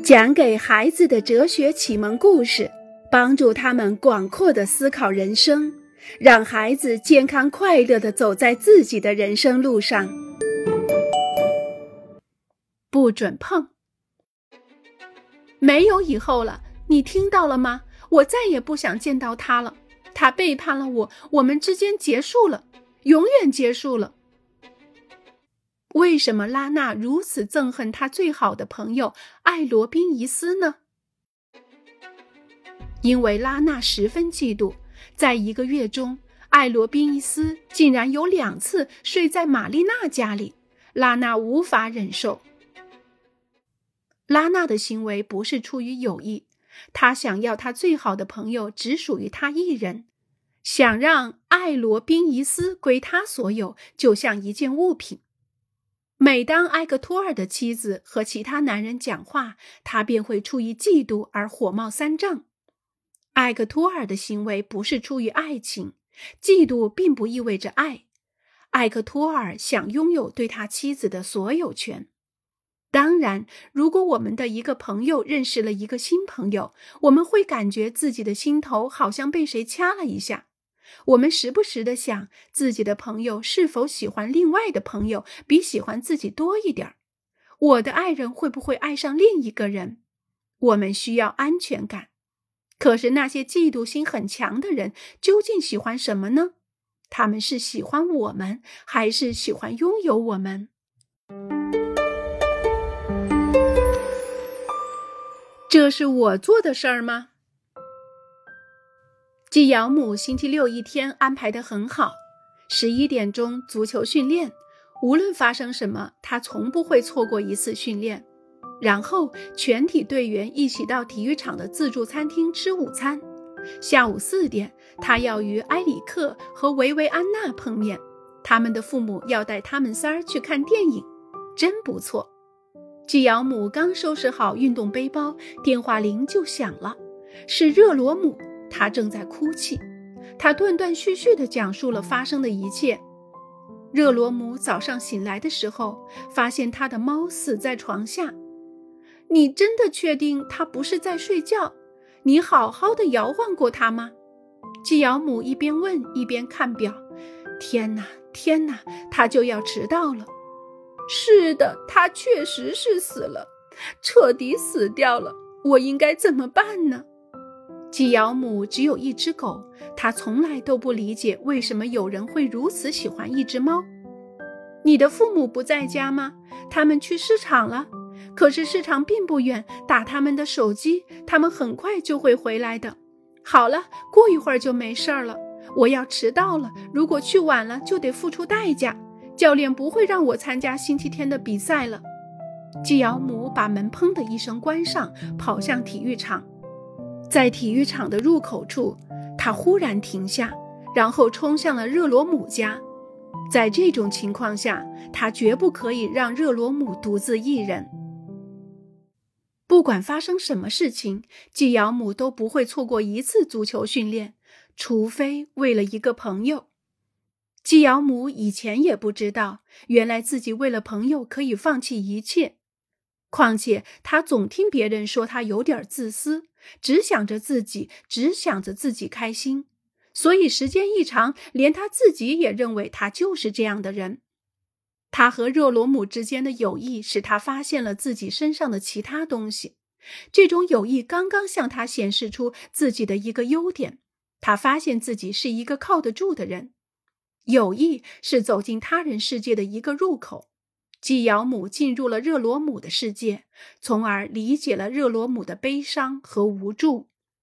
讲给孩子的哲学启蒙故事，帮助他们广阔地思考人生，让孩子健康快乐地走在自己的人生路上。不准碰。没有以后了，你听到了吗？我再也不想见到他了。他背叛了我，我们之间结束了，永远结束了。为什么拉娜如此憎恨他最好的朋友艾罗宾夷斯呢？因为拉娜十分嫉妒，在1个月中，艾罗宾夷斯竟然有2次睡在玛丽娜家里，拉娜无法忍受。拉娜的行为不是出于有意，她想要她最好的朋友只属于她一人，想让艾罗宾夷斯归她所有，就像一件物品。每当埃克托尔的妻子和其他男人讲话，他便会出于嫉妒而火冒三丈。埃克托尔的行为不是出于爱情，嫉妒并不意味着爱。埃克托尔想拥有对他妻子的所有权。当然，如果我们的一个朋友认识了一个新朋友，我们会感觉自己的心头好像被谁掐了一下。我们时不时地想，自己的朋友是否喜欢另外的朋友比喜欢自己多一点？我的爱人会不会爱上另一个人？我们需要安全感。可是那些嫉妒心很强的人究竟喜欢什么呢？他们是喜欢我们，还是喜欢拥有我们？这是我做的事儿吗？季养母星期六一天安排得很好，11点钟足球训练，无论发生什么，他从不会错过一次训练。然后全体队员一起到体育场的自助餐厅吃午餐。下午4点，他要与埃里克和维维安娜碰面，他们的父母要带他们仨去看电影，真不错。季养母刚收拾好运动背包，电话铃就响了，是热罗姆。他正在哭泣，他断断续续地讲述了发生的一切。热罗姆早上醒来的时候，发现他的猫死在床下。你真的确定他不是在睡觉？你好好的摇晃过他吗？季养母一边问一边看表。天哪，天哪，他就要迟到了。是的，他确实是死了，彻底死掉了。我应该怎么办呢？季养母只有一只狗，她从来都不理解为什么有人会如此喜欢一只猫。你的父母不在家吗？他们去市场了。可是市场并不远，打他们的手机，他们很快就会回来的。好了，过一会儿就没事了。我要迟到了，如果去晚了就得付出代价。教练不会让我参加星期天的比赛了。季养母把门砰的一声关上，跑向体育场。在体育场的入口处，他忽然停下，然后冲向了热罗姆家。在这种情况下，他绝不可以让热罗姆独自一人。不管发生什么事情，季养母都不会错过一次足球训练，除非为了一个朋友。季养母以前也不知道，原来自己为了朋友可以放弃一切。况且他总听别人说他有点自私，只想着自己开心，所以时间一长，连他自己也认为他就是这样的人。他和热罗姆之间的友谊使他发现了自己身上的其他东西，这种友谊刚刚向他显示出自己的一个优点，他发现自己是一个靠得住的人。友谊是走进他人世界的一个入口。季养母进入了热罗姆的世界，从而理解了热罗姆的悲伤和无助。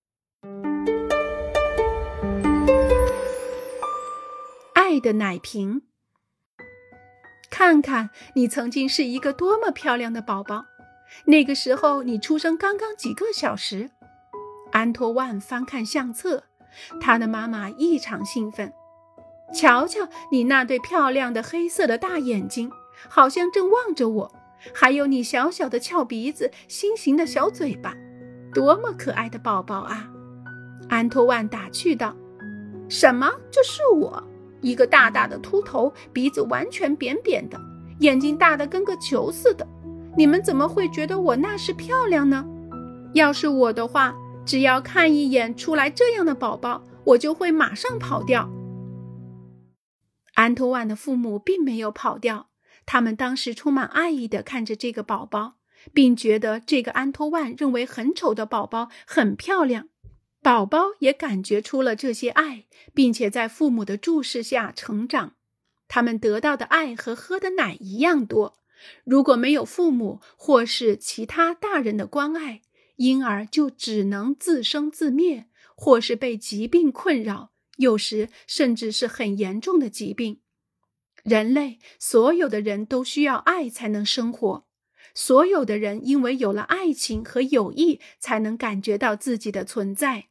爱的奶瓶。看看你曾经是一个多么漂亮的宝宝，那个时候你出生刚刚几个小时。安托万翻看相册，他的妈妈异常兴奋。瞧瞧你那对漂亮的黑色的大眼睛，好像正望着我，还有你小小的翘鼻子，心形的小嘴巴，多么可爱的宝宝啊！安托万打趣道。什么？这是我？一个大大的秃头，鼻子完全扁扁的，眼睛大得跟个球似的。你们怎么会觉得我那是漂亮呢？ 要是我的话，只要看一眼出来这样的宝宝，我就会马上跑掉。安托万的父母并没有跑掉，他们当时充满爱意地看着这个宝宝，并觉得这个安托万认为很丑的宝宝很漂亮。宝宝也感觉出了这些爱，并且在父母的注视下成长。他们得到的爱和喝的奶一样多。如果没有父母或是其他大人的关爱，婴儿就只能自生自灭，或是被疾病困扰，有时甚至是很严重的疾病。人类所有的人都需要爱才能生活，所有的人因为有了爱情和友谊，才能感觉到自己的存在。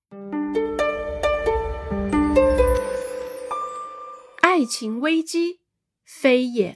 爱情危机，非也。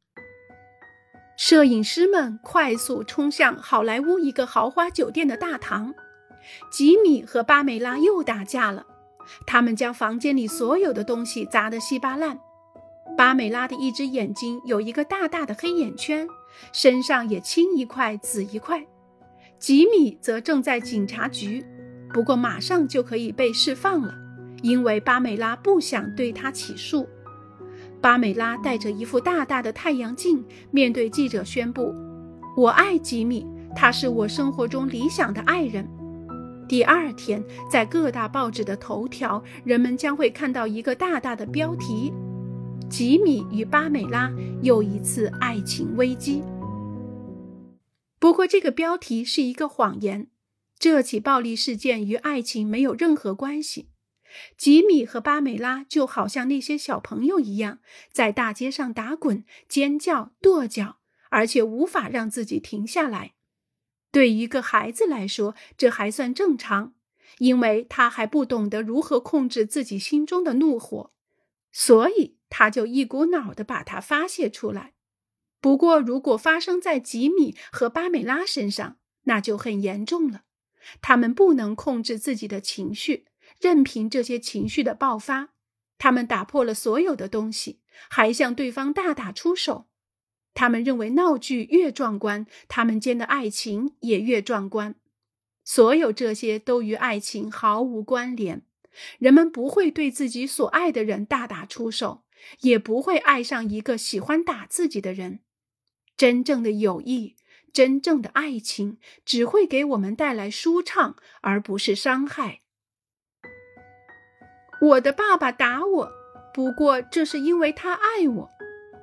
摄影师们快速冲向好莱坞一个豪华酒店的大堂，吉米和巴美拉又打架了，他们将房间里所有的东西砸得稀巴烂。巴美拉的一只眼睛有一个大大的黑眼圈，身上也青一块紫一块。吉米则正在警察局，不过马上就可以被释放了，因为巴美拉不想对他起诉。巴美拉戴着一副大大的太阳镜，面对记者宣布：我爱吉米，他是我生活中理想的爱人。第二天，在各大报纸的头条，人们将会看到一个大大的标题：吉米与巴美拉又一次爱情危机。不过这个标题是一个谎言，这起暴力事件与爱情没有任何关系。吉米和巴美拉就好像那些小朋友一样，在大街上打滚、尖叫、跺脚，而且无法让自己停下来。对于一个孩子来说，这还算正常，因为他还不懂得如何控制自己心中的怒火，所以他就一股脑地把它发泄出来。不过如果发生在吉米和巴美拉身上，那就很严重了。他们不能控制自己的情绪，任凭这些情绪的爆发，他们打破了所有的东西，还向对方大打出手。他们认为闹剧越壮观，他们间的爱情也越壮观。所有这些都与爱情毫无关联。人们不会对自己所爱的人大打出手，也不会爱上一个喜欢打自己的人。真正的友谊，真正的爱情，只会给我们带来舒畅，而不是伤害。我的爸爸打我，不过这是因为他爱我。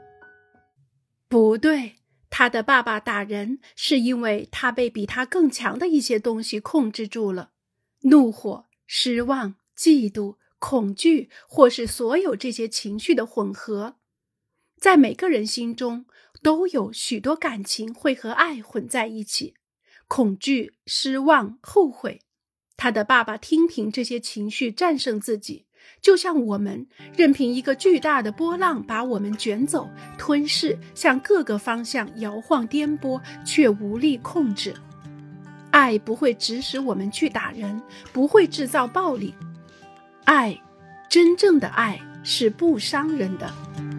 不对，他的爸爸打人是因为他被比他更强的一些东西控制住了。怒火、失望、嫉妒、恐惧，或是所有这些情绪的混合。在每个人心中都有许多感情会和爱混在一起，恐惧、失望、后悔。他的爸爸听凭这些情绪战胜自己，就像我们任凭一个巨大的波浪把我们卷走、吞噬，向各个方向摇晃颠簸，却无力控制。爱不会指使我们去打人，不会制造暴力。爱，真正的爱是不伤人的。